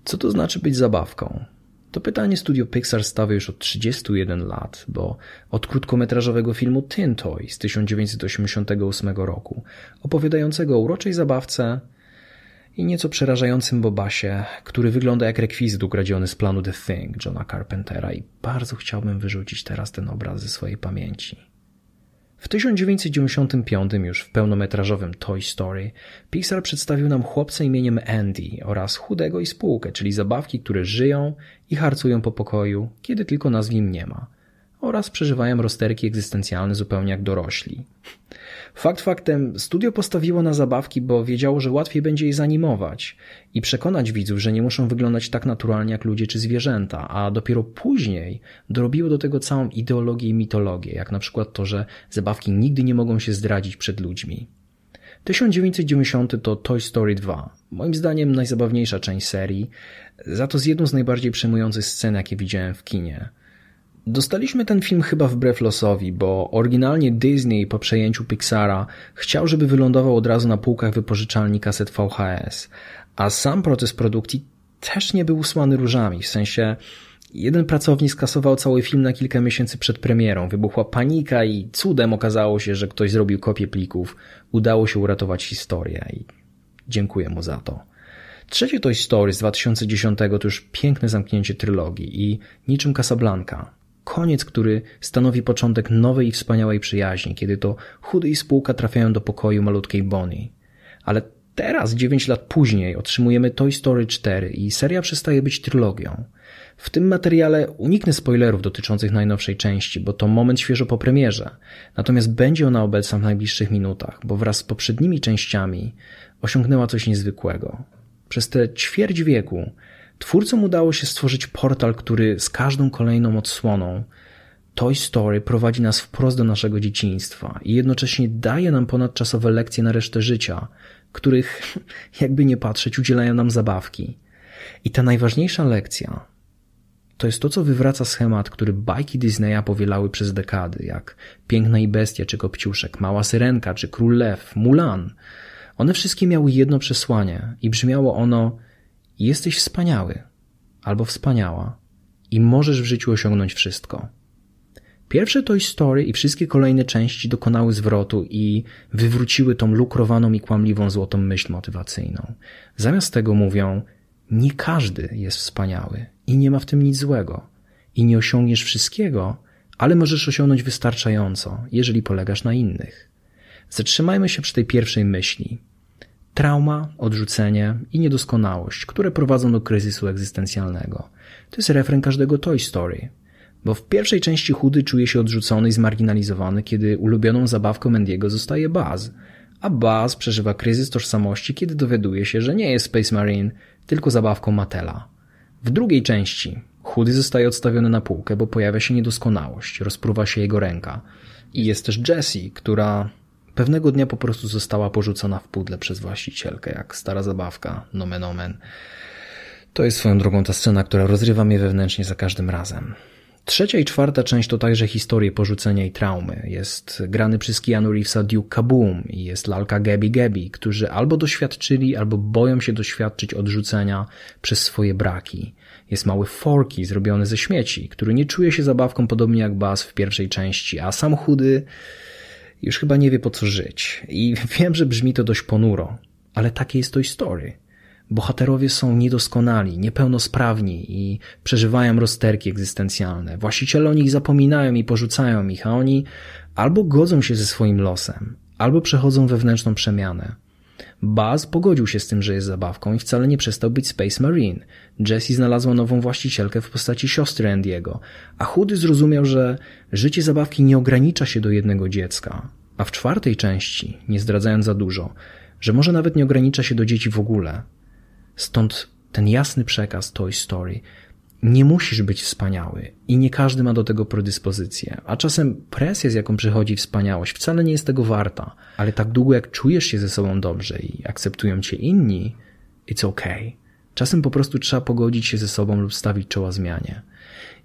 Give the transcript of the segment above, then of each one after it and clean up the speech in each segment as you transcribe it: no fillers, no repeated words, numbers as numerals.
Co to znaczy być zabawką? To pytanie studio Pixar stawia już od 31 lat, bo od krótkometrażowego filmu Tin Toy z 1988 roku, opowiadającego o uroczej zabawce i nieco przerażającym Bobasie, który wygląda jak rekwizyt ukradziony z planu The Thing Johna Carpentera i bardzo chciałbym wyrzucić teraz ten obraz ze swojej pamięci. W 1995 już w pełnometrażowym Toy Story Pixar przedstawił nam chłopca imieniem Andy oraz chudego i spółkę, czyli zabawki, które żyją i harcują po pokoju, kiedy tylko nas w nim nie ma, oraz przeżywają rozterki egzystencjalne zupełnie jak dorośli. Fakt faktem, studio postawiło na zabawki, bo wiedziało, że łatwiej będzie je zanimować i przekonać widzów, że nie muszą wyglądać tak naturalnie jak ludzie czy zwierzęta, a dopiero później dorobiło do tego całą ideologię i mitologię, jak na przykład to, że zabawki nigdy nie mogą się zdradzić przed ludźmi. 1990 to Toy Story 2, moim zdaniem najzabawniejsza część serii, za to z jedną z najbardziej przejmujących scen, jakie widziałem w kinie. Dostaliśmy ten film chyba wbrew losowi, bo oryginalnie Disney po przejęciu Pixara chciał, żeby wylądował od razu na półkach wypożyczalni kaset VHS, a sam proces produkcji też nie był usłany różami, w sensie jeden pracownik skasował cały film na kilka miesięcy przed premierą, wybuchła panika i cudem okazało się, że ktoś zrobił kopię plików, udało się uratować historię i dziękuję mu za to. Trzecie Toy Story z 2010 to już piękne zamknięcie trylogii i niczym Casablanca. Koniec, który stanowi początek nowej i wspaniałej przyjaźni, kiedy to chudy i spółka trafiają do pokoju malutkiej Bonnie. Ale teraz, 9 lat później, otrzymujemy Toy Story 4 i seria przestaje być trylogią. W tym materiale uniknę spoilerów dotyczących najnowszej części, bo to moment świeżo po premierze. Natomiast będzie ona obecna w najbliższych minutach, bo wraz z poprzednimi częściami osiągnęła coś niezwykłego. Przez te ćwierć wieku twórcom udało się stworzyć portal, który z każdą kolejną odsłoną Toy Story prowadzi nas wprost do naszego dzieciństwa i jednocześnie daje nam ponadczasowe lekcje na resztę życia, których, jakby nie patrzeć, udzielają nam zabawki. I ta najważniejsza lekcja to jest to, co wywraca schemat, który bajki Disneya powielały przez dekady, jak Piękna i Bestia czy Kopciuszek, Mała Syrenka czy Król Lew, Mulan. One wszystkie miały jedno przesłanie i brzmiało ono: jesteś wspaniały albo wspaniała i możesz w życiu osiągnąć wszystko. Pierwsze Toy Story i wszystkie kolejne części dokonały zwrotu i wywróciły tą lukrowaną i kłamliwą złotą myśl motywacyjną. Zamiast tego mówią: nie każdy jest wspaniały i nie ma w tym nic złego i nie osiągniesz wszystkiego, ale możesz osiągnąć wystarczająco, jeżeli polegasz na innych. Zatrzymajmy się przy tej pierwszej myśli. Trauma, odrzucenie i niedoskonałość, które prowadzą do kryzysu egzystencjalnego. To jest refren każdego Toy Story. Bo w pierwszej części chudy czuje się odrzucony i zmarginalizowany, kiedy ulubioną zabawką Andy'ego zostaje Buzz, a Buzz przeżywa kryzys tożsamości, kiedy dowiaduje się, że nie jest Space Marine, tylko zabawką Mattela. W drugiej części chudy zostaje odstawiony na półkę, bo pojawia się niedoskonałość, rozpruwa się jego ręka. I jest też Jessie, która pewnego dnia po prostu została porzucona w pudle przez właścicielkę, jak stara zabawka, nomen omen. To jest swoją drogą ta scena, która rozrywa mnie wewnętrznie za każdym razem. Trzecia i czwarta część to także historie porzucenia i traumy. Jest grany przez Keanu Reevesa Duke Kaboom i jest lalka Gabby Gabby, którzy albo doświadczyli, albo boją się doświadczyć odrzucenia przez swoje braki. Jest mały Forky zrobiony ze śmieci, który nie czuje się zabawką podobnie jak Buzz w pierwszej części, a sam chudy już chyba nie wie, po co żyć. I wiem, że brzmi to dość ponuro, ale takie jest Toy Story. Bohaterowie są niedoskonali, niepełnosprawni i przeżywają rozterki egzystencjalne. Właściciele o nich zapominają i porzucają ich, a oni albo godzą się ze swoim losem, albo przechodzą wewnętrzną przemianę. Buzz pogodził się z tym, że jest zabawką i wcale nie przestał być Space Marine. Jessie znalazła nową właścicielkę w postaci siostry Andy'ego, a chudy zrozumiał, że życie zabawki nie ogranicza się do jednego dziecka. A w czwartej części, nie zdradzając za dużo, że może nawet nie ogranicza się do dzieci w ogóle. Stąd ten jasny przekaz Toy Story. Nie musisz być wspaniały i nie każdy ma do tego predyspozycję, a czasem presja, z jaką przychodzi wspaniałość, wcale nie jest tego warta, ale tak długo jak czujesz się ze sobą dobrze i akceptują cię inni, it's okay. Czasem po prostu trzeba pogodzić się ze sobą lub stawić czoła zmianie.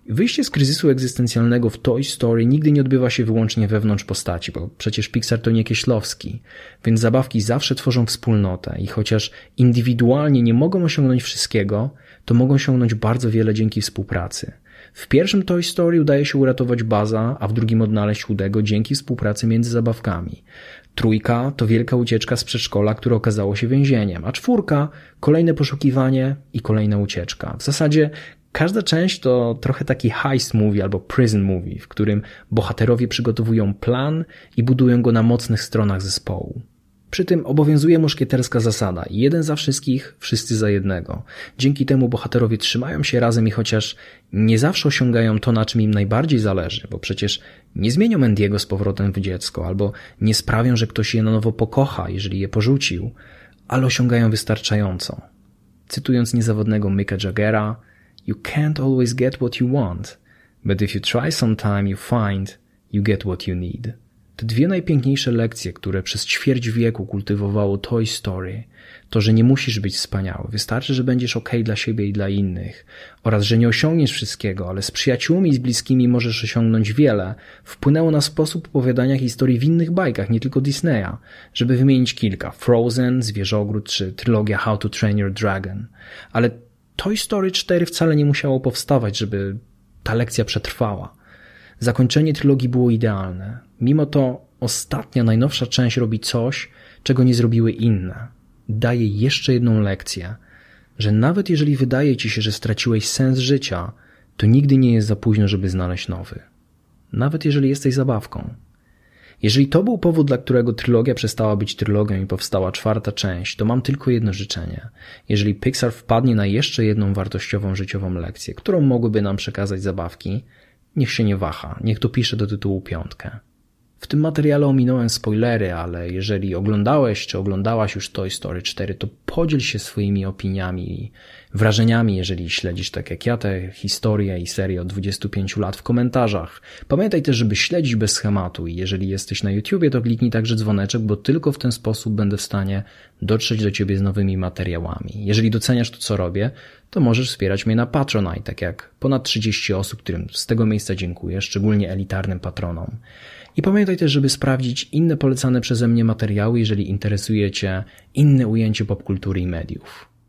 Wyjście z kryzysu egzystencjalnego w Toy Story nigdy nie odbywa się wyłącznie wewnątrz postaci, bo przecież Pixar to nie Kieślowski, więc zabawki zawsze tworzą wspólnotę i chociaż indywidualnie nie mogą osiągnąć wszystkiego, to mogą osiągnąć bardzo wiele dzięki współpracy. W pierwszym Toy Story udaje się uratować Buzza, a w drugim odnaleźć Woody'ego dzięki współpracy między zabawkami. Trójka to wielka ucieczka z przedszkola, które okazało się więzieniem, a czwórka kolejne poszukiwanie i kolejna ucieczka. W zasadzie każda część to trochę taki heist movie albo prison movie, w którym bohaterowie przygotowują plan i budują go na mocnych stronach zespołu. Przy tym obowiązuje muszkieterska zasada: jeden za wszystkich, wszyscy za jednego. Dzięki temu bohaterowie trzymają się razem i chociaż nie zawsze osiągają to, na czym im najbardziej zależy, bo przecież nie zmienią Andy'ego z powrotem w dziecko, albo nie sprawią, że ktoś je na nowo pokocha, jeżeli je porzucił, ale osiągają wystarczająco. Cytując niezawodnego Micka Jaggera, "You can't always get what you want, but if you try sometime you find you get what you need". Te dwie najpiękniejsze lekcje, które przez ćwierć wieku kultywowało Toy Story, to, że nie musisz być wspaniały, wystarczy, że będziesz okej dla siebie i dla innych, oraz że nie osiągniesz wszystkiego, ale z przyjaciółmi i z bliskimi możesz osiągnąć wiele, wpłynęło na sposób opowiadania historii w innych bajkach, nie tylko Disneya, żeby wymienić kilka: Frozen, Zwierzogród czy trylogia How to Train Your Dragon. Ale Toy Story 4 wcale nie musiało powstawać, żeby ta lekcja przetrwała. Zakończenie trylogii było idealne. Mimo to ostatnia, najnowsza część robi coś, czego nie zrobiły inne. Daje jeszcze jedną lekcję, że nawet jeżeli wydaje ci się, że straciłeś sens życia, to nigdy nie jest za późno, żeby znaleźć nowy. Nawet jeżeli jesteś zabawką. Jeżeli to był powód, dla którego trylogia przestała być trylogią i powstała czwarta część, to mam tylko jedno życzenie. Jeżeli Pixar wpadnie na jeszcze jedną wartościową życiową lekcję, którą mogłyby nam przekazać zabawki, niech się nie waha, niech dopisze do tytułu 5. W tym materiale ominąłem spoilery, ale jeżeli oglądałeś czy oglądałaś już Toy Story 4, to podziel się swoimi opiniami i wrażeniami, jeżeli śledzisz tak jak ja tę historię i serię od 25 lat w komentarzach. Pamiętaj też, żeby śledzić bez schematu i jeżeli jesteś na YouTubie, to kliknij także dzwoneczek, bo tylko w ten sposób będę w stanie dotrzeć do Ciebie z nowymi materiałami. Jeżeli doceniasz to, co robię, to możesz wspierać mnie na Patronite, tak jak ponad 30 osób, którym z tego miejsca dziękuję, szczególnie elitarnym patronom. I pamiętaj też, żeby sprawdzić inne polecane przeze mnie materiały, jeżeli interesuje Cię inne ujęcie popkultury i mediów.